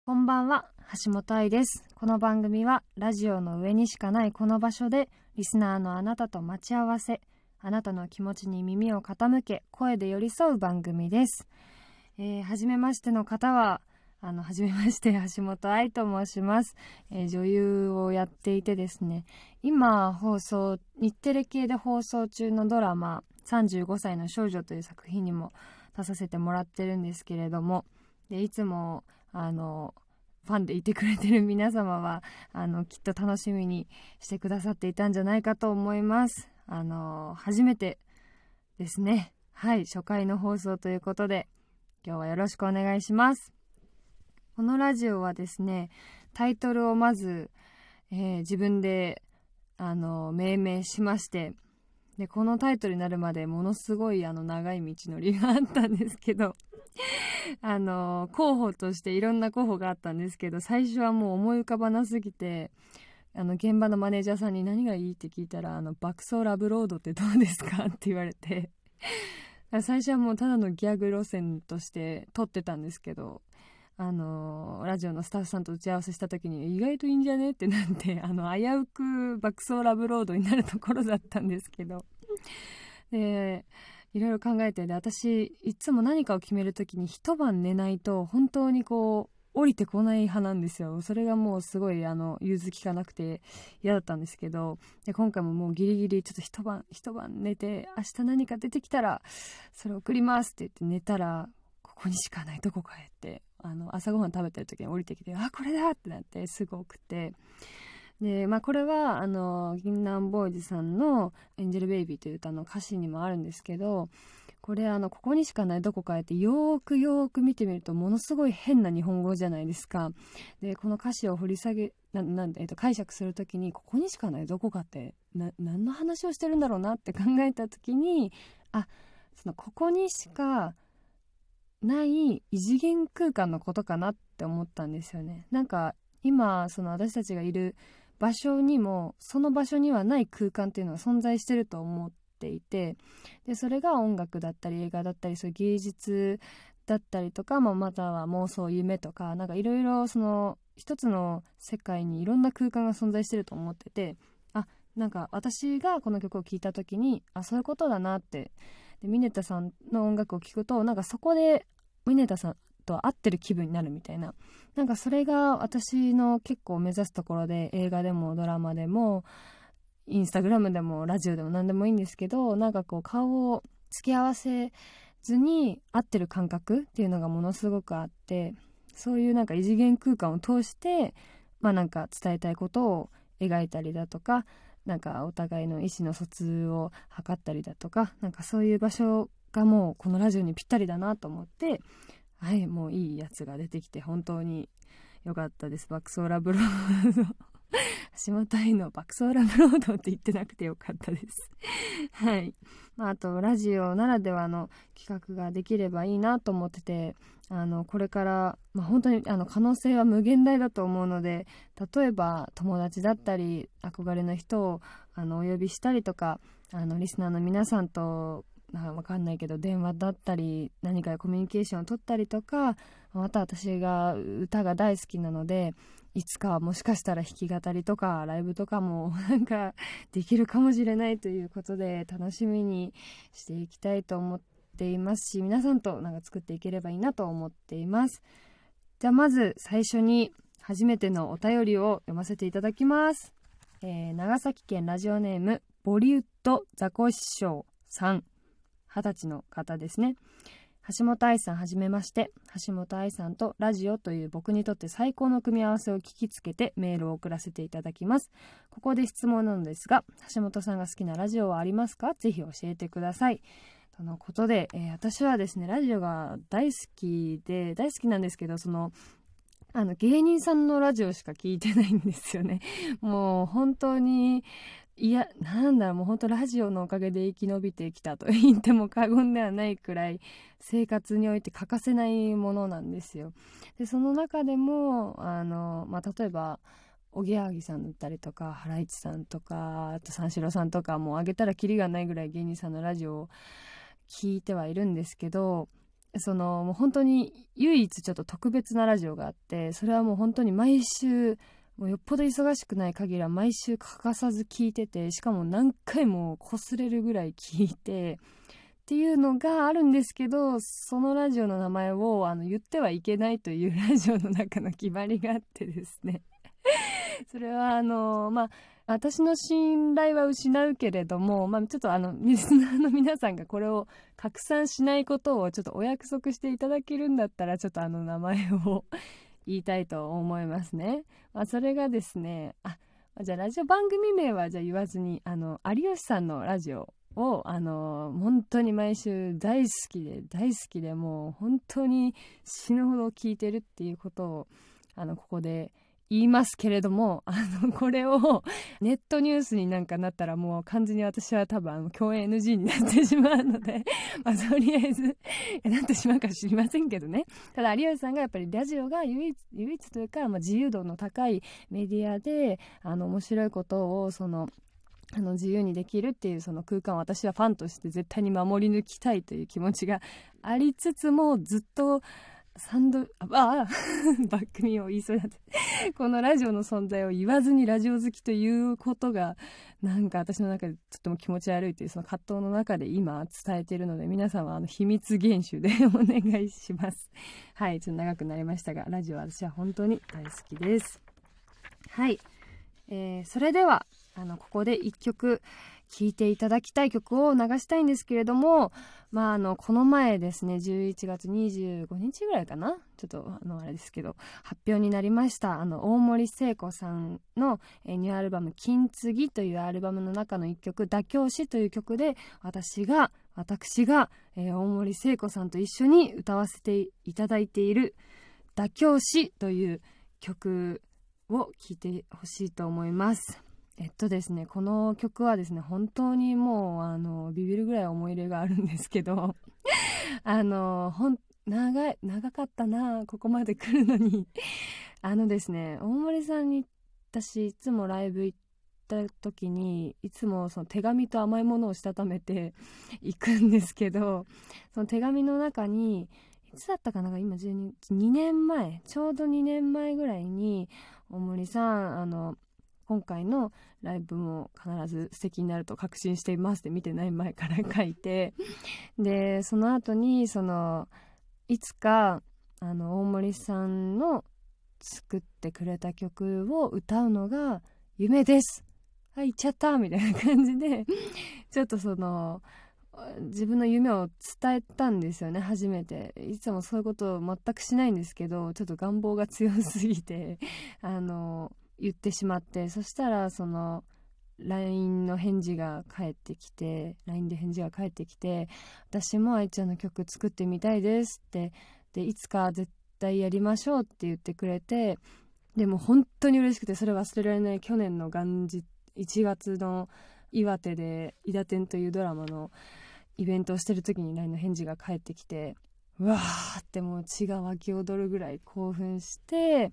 こんばんは、橋本愛です。この番組はラジオの上にしかないこの場所でリスナーのあなたと待ち合わせ、あなたの気持ちに耳を傾け、声で寄り添う番組です。初めましての方は初めまして、橋本愛と申します。女優をやっていてですね、今日テレ系で放送中のドラマ35歳の少女という作品にも出させてもらってるんですけれども、でいつもファンでいてくれてる皆様はきっと楽しみにしてくださっていたんじゃないかと思います。初めてですね。はい、初回の放送ということで今日はよろしくお願いします。このラジオはですね、タイトルをまず、自分で命名しまして、でこのタイトルになるまでものすごい長い道のりがあったんですけど候補としていろんな候補があったんですけど、最初はもう思い浮かばなすぎて、現場のマネージャーさんに何がいいって聞いたら爆走ラブロードってどうですかって言われて最初はもうただのギャグ路線として撮ってたんですけど、ラジオのスタッフさんと打ち合わせした時に意外といいんじゃねってなって危うく爆走ラブロードになるところだったんですけど、でいろいろ考えて、で私いつも何かを決める時に一晩寝ないと本当にこう降りてこない派なんですよ。それがもうすごい融通きかなくて嫌だったんですけど、で今回ももうギリギリちょっと一晩寝て、明日何か出てきたらそれ送りますって言って寝たら、ここにしかないどこかへって朝ごはん食べてる時に降りてきて、あこれだってなってすぐ送って、でこれは銀杏ボーイズさんのエンジェルベイビーという歌の歌詞にもあるんですけど、これここにしかないどこかへってよーく見てみるとものすごい変な日本語じゃないですか。でこの歌詞を掘り下げ解釈するときに、ここにしかないどこかって何の話をしてるんだろうなって考えたときに、ここにしかない異次元空間のことかなって思ったんですよね。なんか今私たちがいる場所にもその場所にはない空間っていうのが存在してると思っていて、でそれが音楽だったり映画だったりそういう芸術だったりとか、または妄想夢とか、なんかいろいろ一つの世界にいろんな空間が存在してると思ってて、なんか私がこの曲を聴いた時にそういうことだなって、でミネタさんの音楽を聴くとなんかそこでミネタさんと合ってる気分になるみたいな、なんかそれが私の結構目指すところで、映画でもドラマでもインスタグラムでもラジオでも何でもいいんですけど、なんかこう顔を付き合わせずに合ってる感覚っていうのがものすごくあって、そういうなんか異次元空間を通してなんか伝えたいことを描いたりだとか、なんかお互いの意思の疎通を図ったりだとか、なんかそういう場所がもうこのラジオにぴったりだなと思って、はい、もういいやつが出てきて本当に良かったです。爆走ラブロード橋本愛の爆走ラブロードって言ってなくてよかったですはい、あとラジオならではの企画ができればいいなと思ってて、これから、本当に可能性は無限大だと思うので、例えば友達だったり憧れの人をお呼びしたりとか、リスナーの皆さんとわかんないけど電話だったり何かコミュニケーションを取ったりとか、また私が歌が大好きなので、いつかはもしかしたら弾き語りとかライブとかもなんかできるかもしれないということで、楽しみにしていきたいと思っていますし、皆さんとなんか作っていければいいなと思っています。じゃあまず最初に初めてのお便りを読ませていただきます。長崎県ラジオネームボリウッドザコシショウさん、20歳の方ですね。橋本愛さんはじめまして。橋本愛さんとラジオという僕にとって最高の組み合わせを聞きつけてメールを送らせていただきます。ここで質問なのですが、橋本さんが好きなラジオはありますか？ぜひ教えてください。とのことで、私はですねラジオが大好きなんですけど、芸人さんのラジオしか聞いてないんですよね。もう本当にもう本当ラジオのおかげで生き延びてきたと言っても過言ではないくらい生活において欠かせないものなんですよ。でその中でも例えばおぎやはぎさんだったりとかハライチさんとか、あと三四郎さんとか、もうあげたらキリがないぐらい芸人さんのラジオを聞いてはいるんですけど、 もう本当に唯一ちょっと特別なラジオがあって、それはもう本当に毎週、もうよっぽど忙しくない限りは毎週欠かさず聞いてて、しかも何回も擦れるぐらい聞いてっていうのがあるんですけど、そのラジオの名前を言ってはいけないというラジオの中の決まりがあってですねそれは私の信頼は失うけれども、ちょっとリスナーの皆さんがこれを拡散しないことをちょっとお約束していただけるんだったら、ちょっと名前を言いたいと思いますね。それがですね、じゃあラジオ番組名はじゃあ言わずに、有吉さんのラジオを本当に毎週大好きでもう本当に死ぬほど聞いてるっていうことをここで言いますけれども、これをネットニュースになんかなったらもう完全に私は多分共演 NG になってしまうのでとりあえずなってしまうか知りませんけどね。ただ有吉さんがやっぱりラジオが唯一というか、自由度の高いメディアで面白いことを自由にできるっていうその空間を私はファンとして絶対に守り抜きたいという気持ちがありつつも、ずっとバックミを言いそうになってこのラジオの存在を言わずにラジオ好きということがなんか私の中でとっても気持ち悪いというその葛藤の中で今伝えているので、皆さんは秘密厳守でお願いします。はい、ちょっと長くなりましたが、ラジオは私は本当に大好きです。はい、それではここで1曲聴いていただきたい曲を流したいんですけれども、この前ですね、11月25日ぐらいかな、ちょっとあれですけど発表になりました大森聖子さんのニューアルバム金継ぎというアルバムの中の1曲、妥協詞という曲で私が、大森聖子さんと一緒に歌わせていただいている妥協詞という曲を聴いてほしいと思います。ですね、この曲はですね、本当にもうビビるぐらい思い入れがあるんですけど長かったな、ここまで来るのにですね、大森さんに私いつもライブ行った時にいつもその手紙と甘いものをしたためて行くんですけど、その手紙の中にいつだったかな、今2年前、ちょうど2年前ぐらいに大森さん今回のライブも必ず素敵になると確信していますって見てない前から書いて、でその後にいつか大森さんの作ってくれた曲を歌うのが夢です、はい行っちゃったみたいな感じでちょっと自分の夢を伝えたんですよね、初めて。いつもそういうことを全くしないんですけど、ちょっと願望が強すぎて言ってしまって、そしたらLINE の返事が返ってきて、 LINE で返事が返ってきて、私も愛ちゃんの曲作ってみたいですって、でいつか絶対やりましょうって言ってくれて、でも本当に嬉しくて、それ忘れられない。去年の元日1月の岩手で「いだてん」というドラマのイベントをしてる時に LINE の返事が返ってきて、うわーってもう血が湧き踊るぐらい興奮して、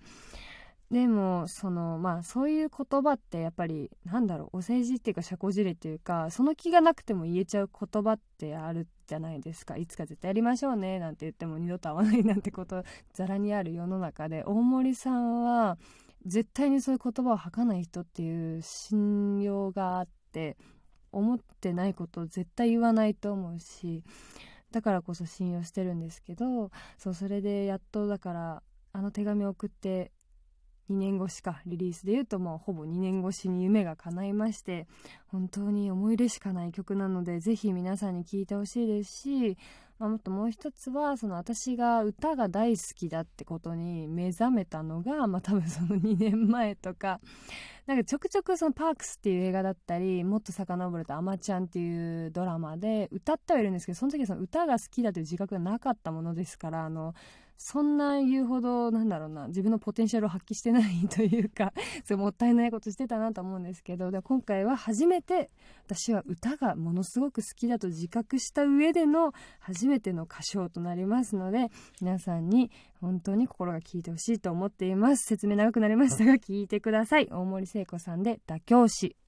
でもそういう言葉ってやっぱりお世辞っていうか社交辞令っていうか、その気がなくても言えちゃう言葉ってあるじゃないですか。いつか絶対やりましょうねなんて言っても二度と会わないなんてことざらにある世の中で、大森さんは絶対にそういう言葉を吐かない人っていう信用があって、思ってないことを絶対言わないと思うし、だからこそ信用してるんですけど、それでやっとだから手紙を送って2年越しか、リリースで言うともうほぼ2年越しに夢が叶いまして、本当に思い入れしかない曲なのでぜひ皆さんに聴いてほしいですし、もっともう一つは私が歌が大好きだってことに目覚めたのが、多分2年前とか、ちょくちょくパークスっていう映画だったり、もっと遡るとアマちゃんっていうドラマで歌ってはいるんですけど、その時は歌が好きだという自覚がなかったものですから、そんな言うほど自分のポテンシャルを発揮してないというかもったいないことしてたなと思うんですけど、で今回は初めて私は歌がものすごく好きだと自覚した上での初めての歌唱となりますので、皆さんに本当に心が聴いてほしいと思っています。説明長くなりましたが聞いてください。大森聖子さんで妥協詞。